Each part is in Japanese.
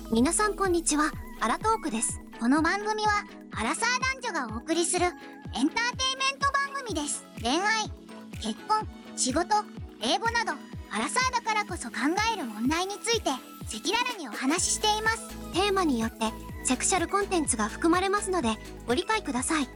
皆さんこんにちは、アラトークです。この番組はアラサー男女がお送りするエンターテインメント番組です。恋愛、結婚、仕事、英語などアラサーだからこそ考える問題について赤裸々にお話ししています。テーマによってセクシャルコンテンツが含まれますのでご理解ください。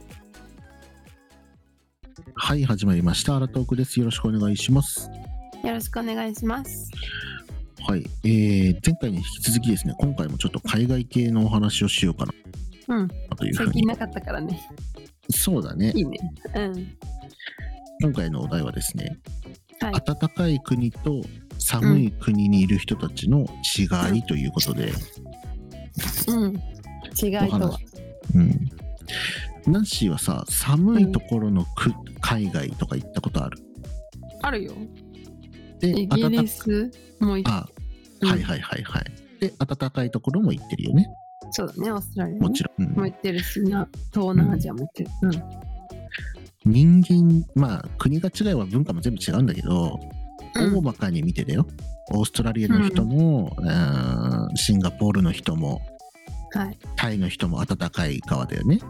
はい、始まりました。アラトークです。よろしくお願いします。 よろしくお願いします。 はい、前回に引き続きですね、今回もちょっと海外系のお話をしようかなというふうに。 最近なかったからね。 そうだね。 いいね。 今回のお題はですね、 はい、 暖かい国と寒い国にいる人たちの違いということで、 違いとは。 ナンシーはさ、寒いところの海外とか行ったことある？ あるよ。 で、 イギリスも行った。 はいはいはいはい。で、暖かいところも行ってるよね。 そうだね、オーストラリア、ね、 もちろん、 も行ってるしな、東南アジアも行ってる。 人間、まあ国が違いは文化も全部違うんだけど、大まかに見てだよ。オーストラリアの人も、シンガポールの人も、 はい、 タイの人も暖かい側だよね。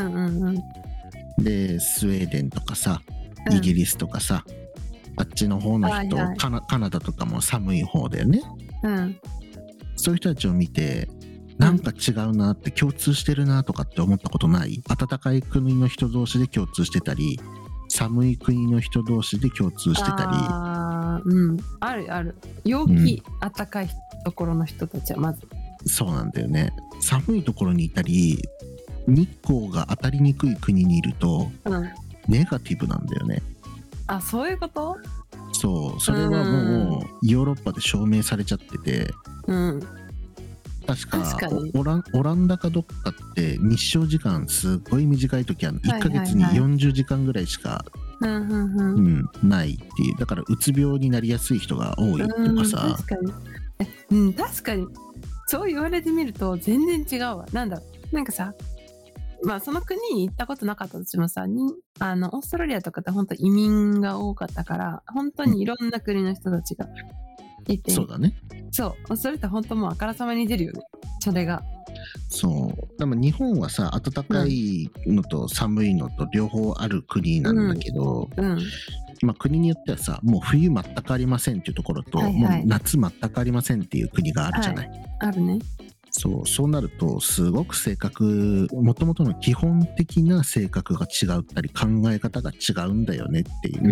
で、スウェーデンとかさ、イギリスとかさ、あっちの方の人、カナダとかも寒い方だよね。そういう人たちを見て、なんか違うなって、共通してるなとかって思ったことない？暖かい国の人同士で共通してたり、寒い国の人同士で共通してたり。 あるある。陽気、暖かいところの人たちはまず。 そうなんだよね。寒いところにいたり、日光が当たりにくい国にいると、ネガティブなんだよね。 あ、そういうこと？ そう、それはもうヨーロッパで証明されちゃってて、確かオランダかどっかって日照時間すごい短い時は1ヶ月に40時間ぐらいしかないっていう。だからうつ病になりやすい人が多いとかさ。 確かにそう言われてみると全然違うわ。なんだろう、なんかさ、まあその国に行ったことなかったとしてもさ、オーストラリアとかって本当移民が多かったから、本当にいろんな国の人たちがいて、 そうだね。 そう、それって本当もうあからさまに出るよね、それが。 そう。でも日本はさ、暖かいのと寒いのと両方ある国なんだけど、まあ、国によってはさ、もう冬全くありませんっていうところと、もう夏全くありませんっていう国があるじゃない。 あるね。 そうなるとすごく性格、もともとの基本的な性格が違ったり考え方が違うんだよねっていう、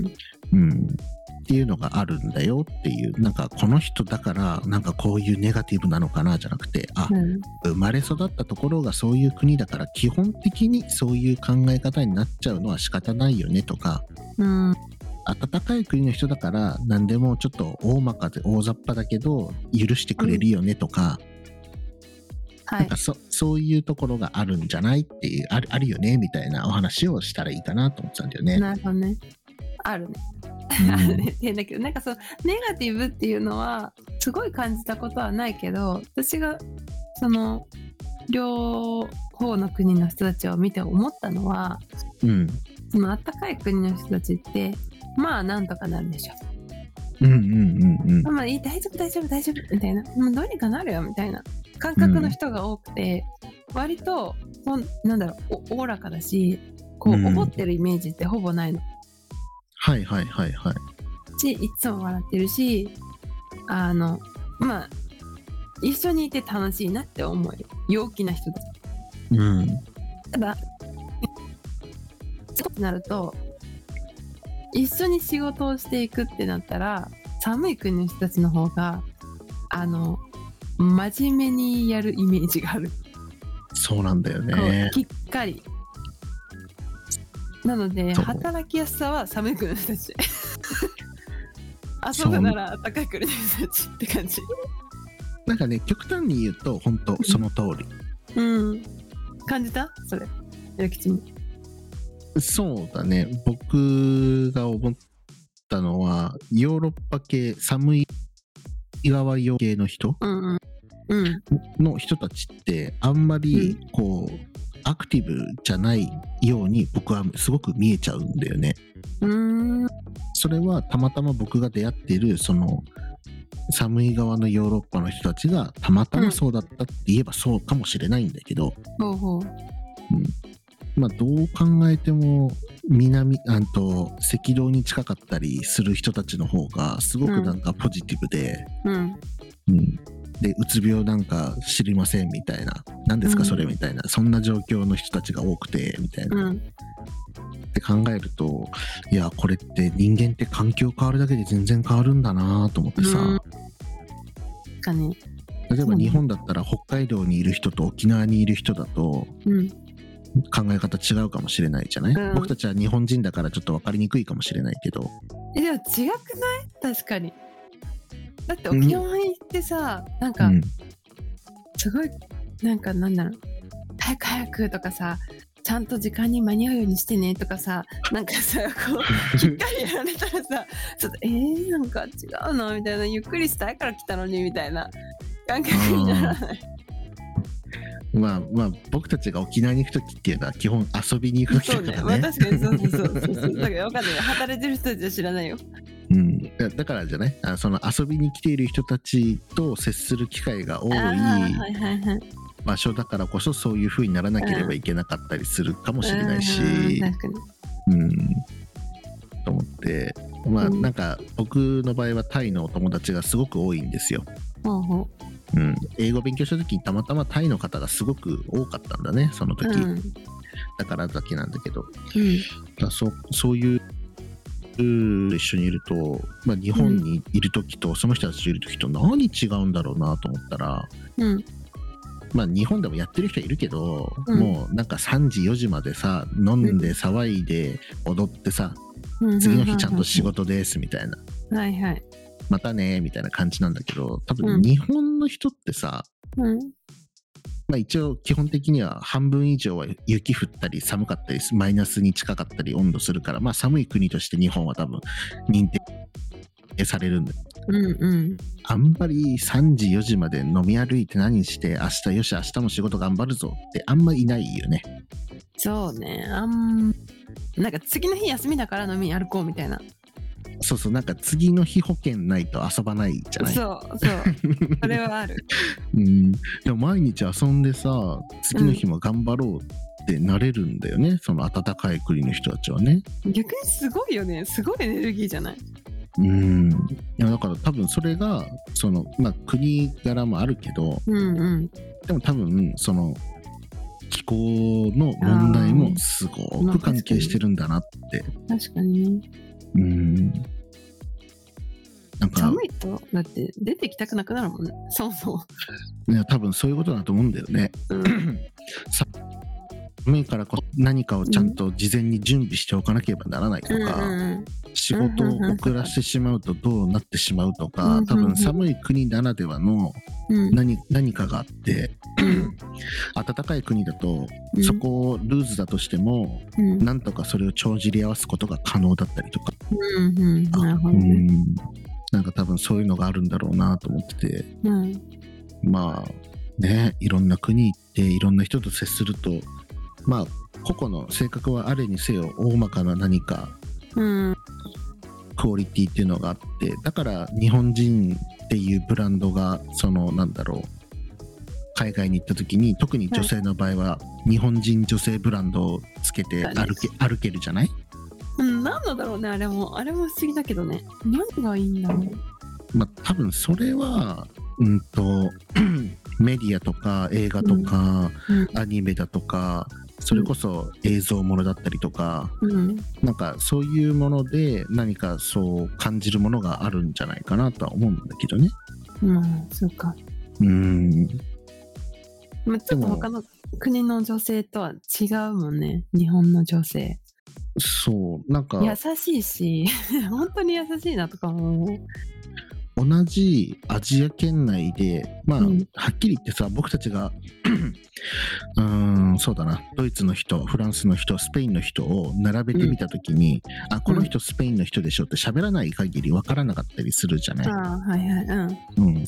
っていうのがあるんだよっていう。なんかこの人だからなんかこういうネガティブなのかなじゃなくて、生まれ育ったところがそういう国だから基本的にそういう考え方になっちゃうのは仕方ないよねとか、暖かい国の人だから何でもちょっと大まかで大雑把だけど許してくれるよねとか、なんかそういうところがあるんじゃないっていう、あるよねみたいなお話をしたらいいかなと思ってたんだよね。 なるほどね。あるね。あるねって変だけど、なんかそうネガティブっていうのはすごい感じたことはないけど、私がその両方の国の人たちを見て思ったのは、その暖かい国の人たちってまあなんとかなるでしょ。まあいい、大丈夫みたいな、もうどうにかなるよみたいな感覚の人が多くて、割となんだろう、おおらかだし、こう怒ってるイメージってほぼないの。いつも笑ってるし、まあ一緒にいて楽しいなって思える陽気な人たち。ただそうなると一緒に仕事をしていくってなったら、寒い国の人たちの方が真面目にやるイメージがある。 そうなんだよね。 きっかり。なので働きやすさは寒い国の人たち。遊ぶなら暖かい国の人たちって感じ。 なんかね、極端に言うと本当その通り。 感じた？それ、ゆきちに。 そうだね。僕が思ったのはヨーロッパ系、寒い側洋系の人の人たちってあんまりこうアクティブじゃないように僕はすごく見えちゃうんだよね。それはたまたま僕が出会っているその寒い側のヨーロッパの人たちがたまたまそうだったって言えばそうかもしれないんだけど、 ほうほう。 まあどう考えても赤道に近かったりする人たちの方がすごくなんかポジティブで、でうつ病なんか知りませんみたいな、何ですかそれみたいな、そんな状況の人たちが多くてみたいな、って考えると、いやこれって人間って環境変わるだけで全然変わるんだなと思ってさ、例えば日本だったら北海道にいる人と沖縄にいる人だと、考え方違うかもしれないじゃない、僕たちは日本人だからちょっと分かりにくいかもしれないけど、 でも違くない？確かに。だって沖縄に行ってさ、なんか、すごいなんだろう、早く早くとかさ、ちゃんと時間に間に合うようにしてねとかさ、なんかさ、こうしっかりやられたらさ、ちょっとなんか違うなみたいな、ゆっくりしたいから来たのにみたいな感覚にならない？ まあ僕たちが沖縄に行くときっていうのは基本遊びに行くときだからね。 まあ確かにそうだから分かんないよ、働いてる人たちは知らないよ。 だからじゃない、その遊びに来ている人たちと接する機会が多い場所だからこそ、そういう風にならなければいけなかったりするかもしれないし、 確かに。 と思って、なんか僕の場合はタイのお友達がすごく多いんですよ。英語勉強した時にたまたまタイの方がすごく多かったんだね、その時、だからだけなんだけど、そういう一緒にいると、日本にいる時とその人たちといる時と何違うんだろうなと思ったら、日本でもやってる人いるけど、もうなんか3時4時までさ飲んで騒いで踊ってさ、次の日ちゃんと仕事ですみたいな、またねみたいな感じなんだけど、多分日本の人ってさ、一応基本的には半分以上は雪降ったり寒かったりマイナスに近かったり温度するから、寒い国として日本は多分認定されるんだよ。あんまり3時4時まで飲み歩いて何して明日も仕事頑張るぞってあんまいないよね。 そうね、なんか次の日休みだから飲みに歩こうみたいな。 そうなんか次の日保険ないと遊ばないじゃない。 そうそれはある。 でも毎日遊んでさ、次の日も頑張ろうってなれるんだよね、その暖かい国の人たちはね。 逆にすごいよね、すごいエネルギーじゃない？ いやだから多分それがその、国柄もあるけど、でも多分その気候の問題もすごく関係してるんだなって。 確かにね。なんか寒いとだって出てきたくなくなるもんね、そういや多分そういうことだと思うんだよね。寒いから何かをちゃんと事前に準備しておかなければならないとか、仕事を遅らせてしまうとどうなってしまうとか、多分寒い国ならではの何かがあって、暖かい国だとそこをルーズだとしても、なんとかそれを帳尻合わすことが可能だったりとか、なんか多分そういうのがあるんだろうなと思ってて、いろんな国行っていろんな人と接すると、個々の性格はあれにせよ大まかな何かクオリティっていうのがあって、だから日本人っていうブランドが海外に行った時に特に女性の場合は日本人女性ブランドをつけて歩けるじゃない？ 何なんだろうね、あれも不思議だけどね、何がいいんだろう。 多分それはメディアとか映画とか、アニメだとか、それこそ映像ものだったりとか、なんかそういうもので何かそう感じるものがあるんじゃないかなとは思うんだけどね。 そうか。ちょっと他の国の女性とは違うもんね、日本の女性。 そうなんか優しいし本当に優しいなとか思う。 同じアジア圏内ではっきり言ってさ、僕たちがそうだな、ドイツの人、フランスの人、スペインの人を並べてみたときに、この人スペインの人でしょって喋らない限り分からなかったりするじゃない。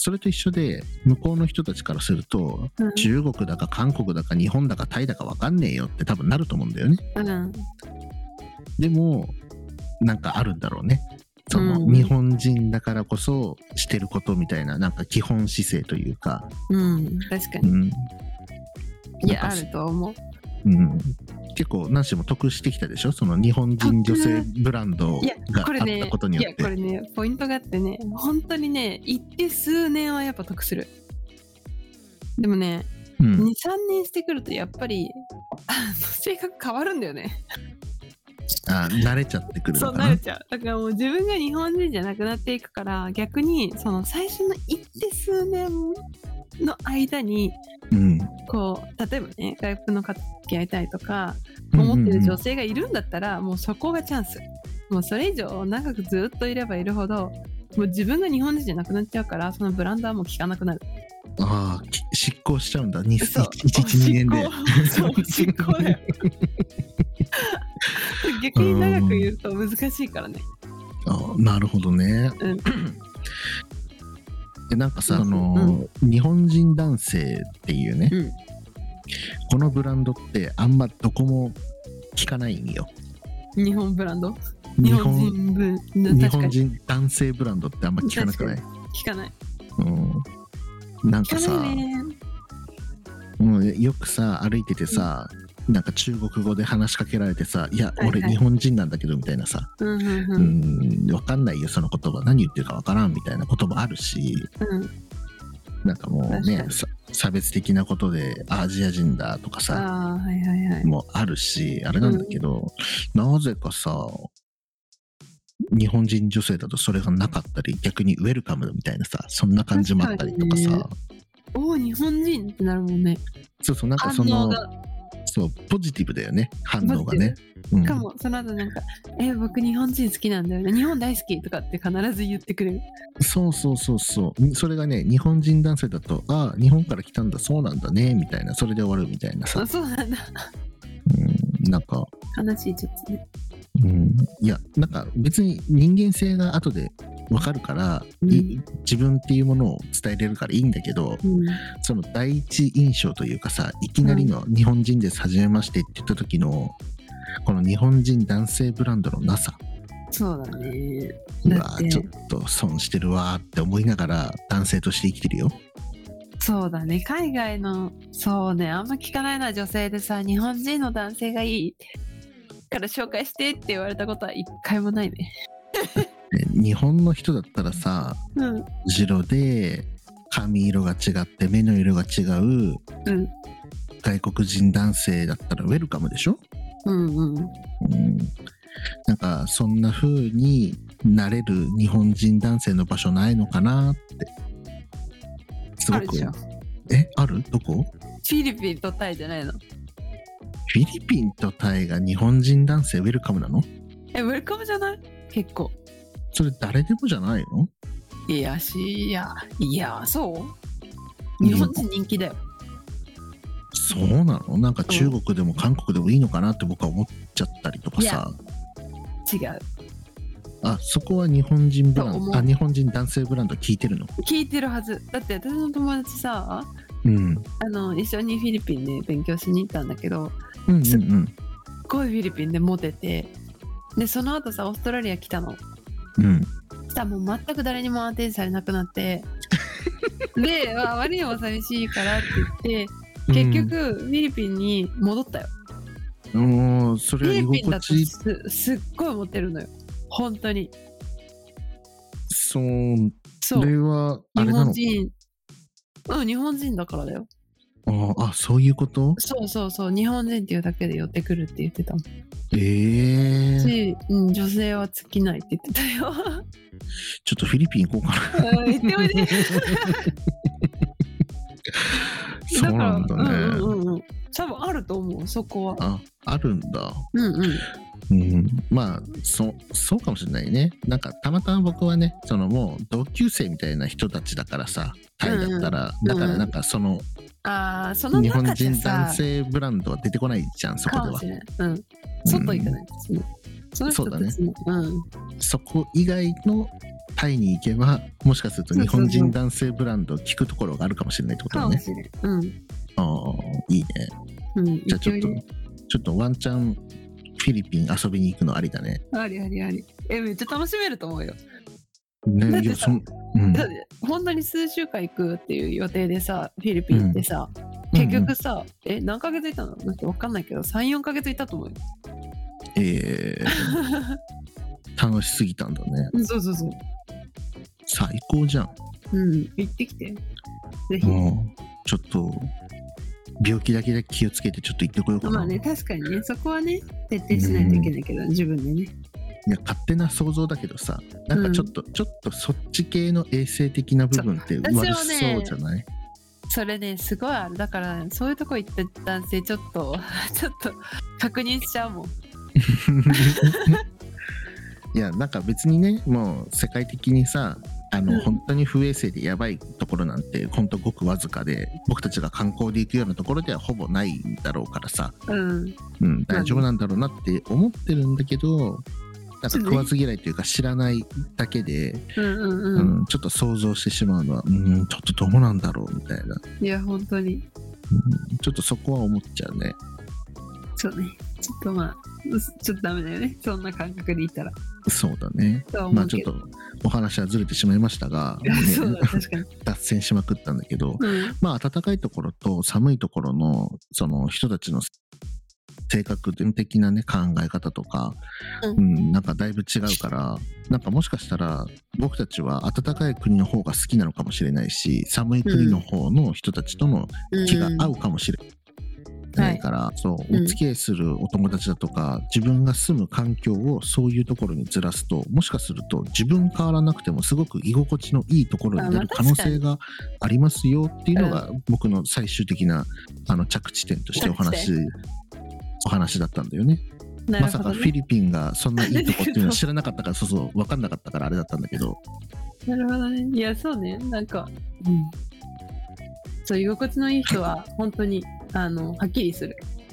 それと一緒で向こうの人たちからすると、中国だか韓国だか日本だかタイだか分かんねえよって多分なると思うんだよね。でもなんかあるんだろうね。 その日本人だからこそしてることみたいな、なんか基本姿勢というか、 確かに、いやあると思う。 結構何しも得してきたでしょ、その日本人女性ブランドがあったことによって。 これねポイントがあってね、本当にね一定数年はやっぱ得する。でもね、2、3年してくるとやっぱり性格変わるんだよね。 慣れちゃってくるのかな。 そう慣れちゃう。だからもう自分が日本人じゃなくなっていくから、逆にその最初の一定数年の間に、こう例えばね外国の方と付き合いたいとか思ってる女性がいるんだったら、もうそこがチャンス。もうそれ以上長くずっといればいるほど、もう自分が日本人じゃなくなっちゃうから、そのブランドはもう効かなくなる。 執行しちゃうんだ。1,2年で。 そう執行だよ。逆に長く言うと難しいからね。 なるほどね。でなんかさ、日本人男性っていうね、このブランドってあんまどこも聞かないんよ。 日本ブランド？ 日本人男性ブランドってあんま聞かなくない？ 聞かない。 なんかさ、よくさ歩いててさ、なんか中国語で話しかけられてさ、いや俺日本人なんだけどみたいなさ、わかんないよその言葉、何言ってるかわからんみたいなこともあるし、なんかもうね差別的なことでアジア人だとかさ、もあるしあれなんだけど、なぜかさ日本人女性だとそれがなかったり、逆にウェルカムみたいなさ、そんな感じもあったりとかさ、 日本人ってなるもんね。 そうなんかそのポジティブだよね、反応がね。 しかもその後なんか僕日本人好きなんだよね、日本大好きとかって必ず言ってくれる。そうそれがね、日本人男性だと日本から来たんだ、そうなんだねみたいな、それで終わるみたいなさ。 そうなんだ。 なんか悲しい、ちょっとね。 いやなんか別に人間性が後で分かるから、自分っていうものを伝えれるからいいんだけど、その第一印象というかさ、いきなりの日本人です、初めましてって言った時のこの日本人男性ブランドのなさ。 そうだね。 ちょっと損してるわって思いながら男性として生きてるよ。 そうだね、海外のそうね、あんま聞かないな、女性でさ、日本人の男性がいいから紹介してって言われたことは一回もないね。 日本の人だったらさ、白で髪色が違って目の色が違う、外国人男性だったらウェルカムでしょ。なんかそんな風になれる日本人男性の場所ないのかなって。すごく。ある？どこ？ フィリピンとタイじゃないの？ フィリピンとタイが日本人男性ウェルカムなの？ ウェルカムじゃない？結構。 それ誰でもじゃないの？ いやそう？日本人人気だよ。 そうなの？なんか中国でも韓国でもいいのかなって僕は思っちゃったりとかさ。 違う。 そこは日本人ブランド、日本人男性ブランド聞いてるの？聞いてるはず。だって私の友達さ、一緒にフィリピンで勉強しに行ったんだけど、すっごいフィリピンでモテて、でその後さオーストラリア来たの。したらもう全く誰にもアテンされなくなってで、あまりにも寂しいからって言って結局フィリピンに戻ったよ。 それは居心地。フィリピンだとすっごいモテるのよ、本当に。 それはあれなの？ 日本人だからだよ。 そういうこと？ そう日本人っていうだけで寄ってくるって言ってたもん。女性は尽きないって言ってたよ。 ちょっとフィリピン行こうかな。 行っておいで。 そうなんだね。 多分あると思う、そこは。 あるんだ。まあそうかもしれないね。なんかたまたま僕はね、そのもう同級生みたいな人たちだからさ、タイだったら、だからなんかその日本人男性ブランドは出てこないじゃん、そこでは。 外行かないですね。 そうだね。そこ以外のタイに行けば、もしかすると日本人男性ブランドを聞くところがあるかもしれないってことだね。いいね。じゃあちょっとワンチャンフィリピン遊びに行くのありだね。 ありありあり。めっちゃ楽しめると思うよ。 ね、 だってさだって本当に数週間行くっていう予定でさ、フィリピンってさ、結局さ、何ヶ月いたの？分かんないけど、3、4ヶ月いたと思うよ。 楽しすぎたんだね。 そうそうそう。 最高じゃん。 行ってきて。ぜひ。 ちょっと、病気だけで気をつけてちょっと行ってこようかな。 まあね、確かにね、そこはね、徹底しないといけないけど、自分でね。 いや、勝手な想像だけどさ、なんかちょっとそっち系の衛生的な部分って悪そうじゃない？ それね、すごいある。だから、そういうとこ行った男性ちょっと確認しちゃうもん。 いや、なんか別にね、もう世界的にさ、本当に不衛生でやばいところなんて本当ごくわずかで、僕たちが観光で行くようなところではほぼないんだろうからさ、大丈夫なんだろうなって思ってるんだけど、なんか食わず嫌いというか知らないだけで、ちょっと想像してしまうのは、ちょっとどうなんだろうみたいな。 いや、本当に。 ちょっとそこは思っちゃうね。 そうね。ちょっとまあ、ちょっとダメだよね。そんな感覚でいたら。 そうだね。まあちょっとお話はずれてしまいましたが、 そうだ、確かに。 脱線しまくったんだけど、まあ暖かいところと寒いところのその人たちの性格的なね考え方とか、なんかだいぶ違うから、なんかもしかしたら僕たちは暖かい国の方が好きなのかもしれないし、寒い国の方の人たちとの気が合うかもしれないから、そうお付き合いするお友達だとか、自分が住む環境をそういうところにずらすと、もしかすると自分変わらなくてもすごく居心地のいいところになる可能性がありますよっていうのが僕の最終的な着地点としてお話だったんだよね。まさかフィリピンがそんないいとこっていうのは知らなかったから、そう分かんなかったからあれだったんだけど。 なるほどね。いや、そうね。なんか、そう居心地のいい人は本当にはっきりする。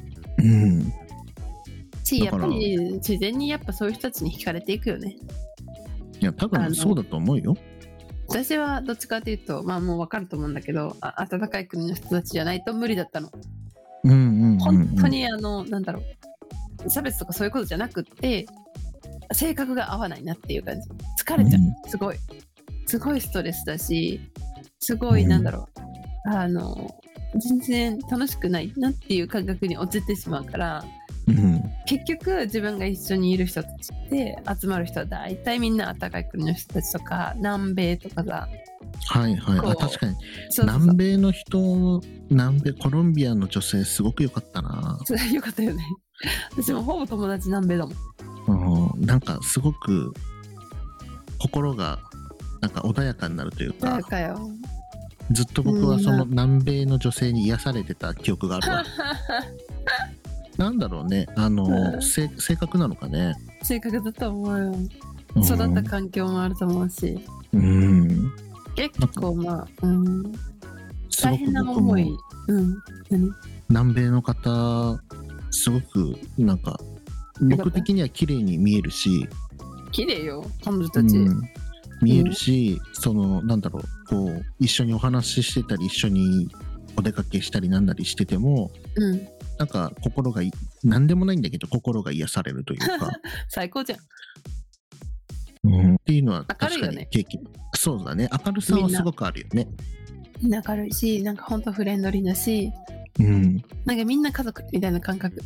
やっぱり自然にやっぱそういう人たちに惹かれていくよね。 いや、多分そうだと思うよ。 私はどっちかというと、まあもう分かると思うんだけど、暖かい国の人たちじゃないと無理だったの。本当になんだろう、差別とかそういうことじゃなくって性格が合わないなっていう感じ。疲れちゃう、すごいストレスだし、すごいなんだろう、全然楽しくないなっていう感覚に陥ってしまうから、結局自分が一緒にいる人たちって集まる人は大体みんな暖かい国の人たちとか南米とかさ。 はいはい。確かに南米の人、コロンビアの女性すごく良かったな。 よかったよね。私もほぼ友達南米だもん。なんかすごく心がなんか穏やかになるというか。 穏やかよ。 ずっと僕はその南米の女性に癒されてた記憶があるわ。なんだろうね、性格なのかね。 性格だと思うよ。育った環境もあると思うし。結構まあ、大変な思い。 南米の方すごくなんか僕的には綺麗に見えるし。 綺麗よ彼女たち。 見えるし、なんだろう、こう一緒にお話ししてたり、一緒にお出かけしたりなんだりしてても、なんか心が何でもないんだけど心が癒されるというか最高じゃん。 っていうのは確かにそうだね、明るさはすごくあるよね。 みんな明るいし、なんかほんとフレンドリーだし、なんかみんな家族みたいな感覚。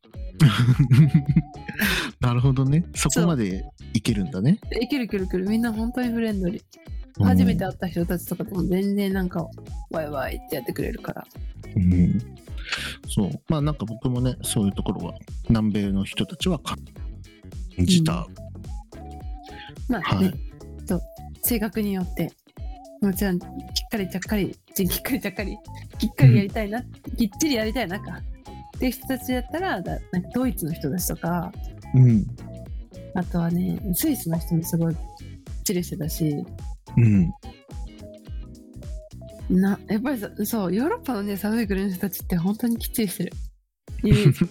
なるほどね。そこまでいけるんだね。 いける。みんな本当にフレンドリー。初めて会った人たちとかでも全然なんかワイワイってやってくれるから。 そう。まあなんか僕もね、そういうところは南米の人たちは感じた。 まあね、性格によってもちろんきっかりちゃっかりやりたいな、きっちりやりたいなかっていう人たちだったら、なんかドイツの人たちとか、あとはねスイスの人もすごいきっちりしてたし、やっぱりそうヨーロッパのね寒い国の人たちって本当にきっちりしてるイメージ。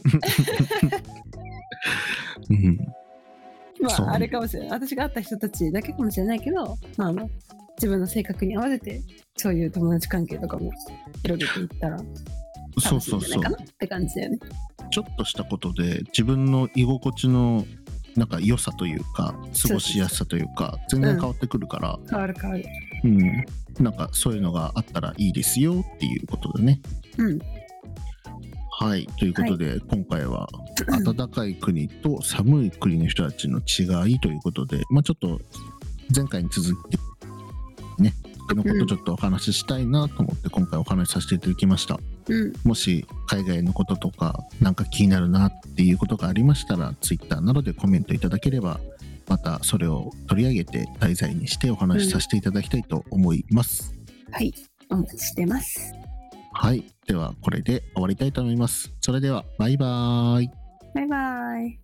まああれかもしれない、私が会った人たちだけかもしれないけど、自分の性格に合わせてそういう友達関係とかも広げていったら楽しいんじゃないかなって感じだよね。 ちょっとしたことで自分の居心地のなんか良さというか過ごしやすさというか全然変わってくるから、 変わる。 なんかそういうのがあったらいいですよっていうことだね。はい、ということで、今回は暖かい国と寒い国の人たちの違いということで、ちょっと前回に続きねこのことちょっとお話ししたいなと思って今回お話しさせていただきました。もし海外のこととかなんか気になるなっていうことがありましたら Twitter などでコメントいただければまたそれを取り上げて題材にしてお話しさせていただきたいと思います。 はい、お待ちしてます。 はい、ではこれで終わりたいと思います。それではバイバーイ。 バイバイ。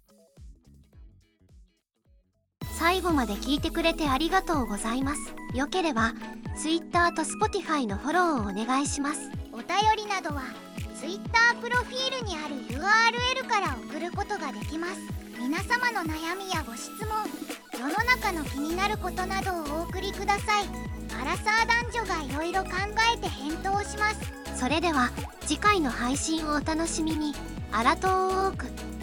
最後まで聞いてくれてありがとうございます。よければ Twitter と Spotify のフォローをお願いします。お便りなどは Twitter プロフィールにある URL から送ることができます。皆様の悩みやご質問、世の中の気になることなどをお送りください。アラサー男女がいろいろ考えて返答します。それでは次回の配信をお楽しみに。アラトーーク。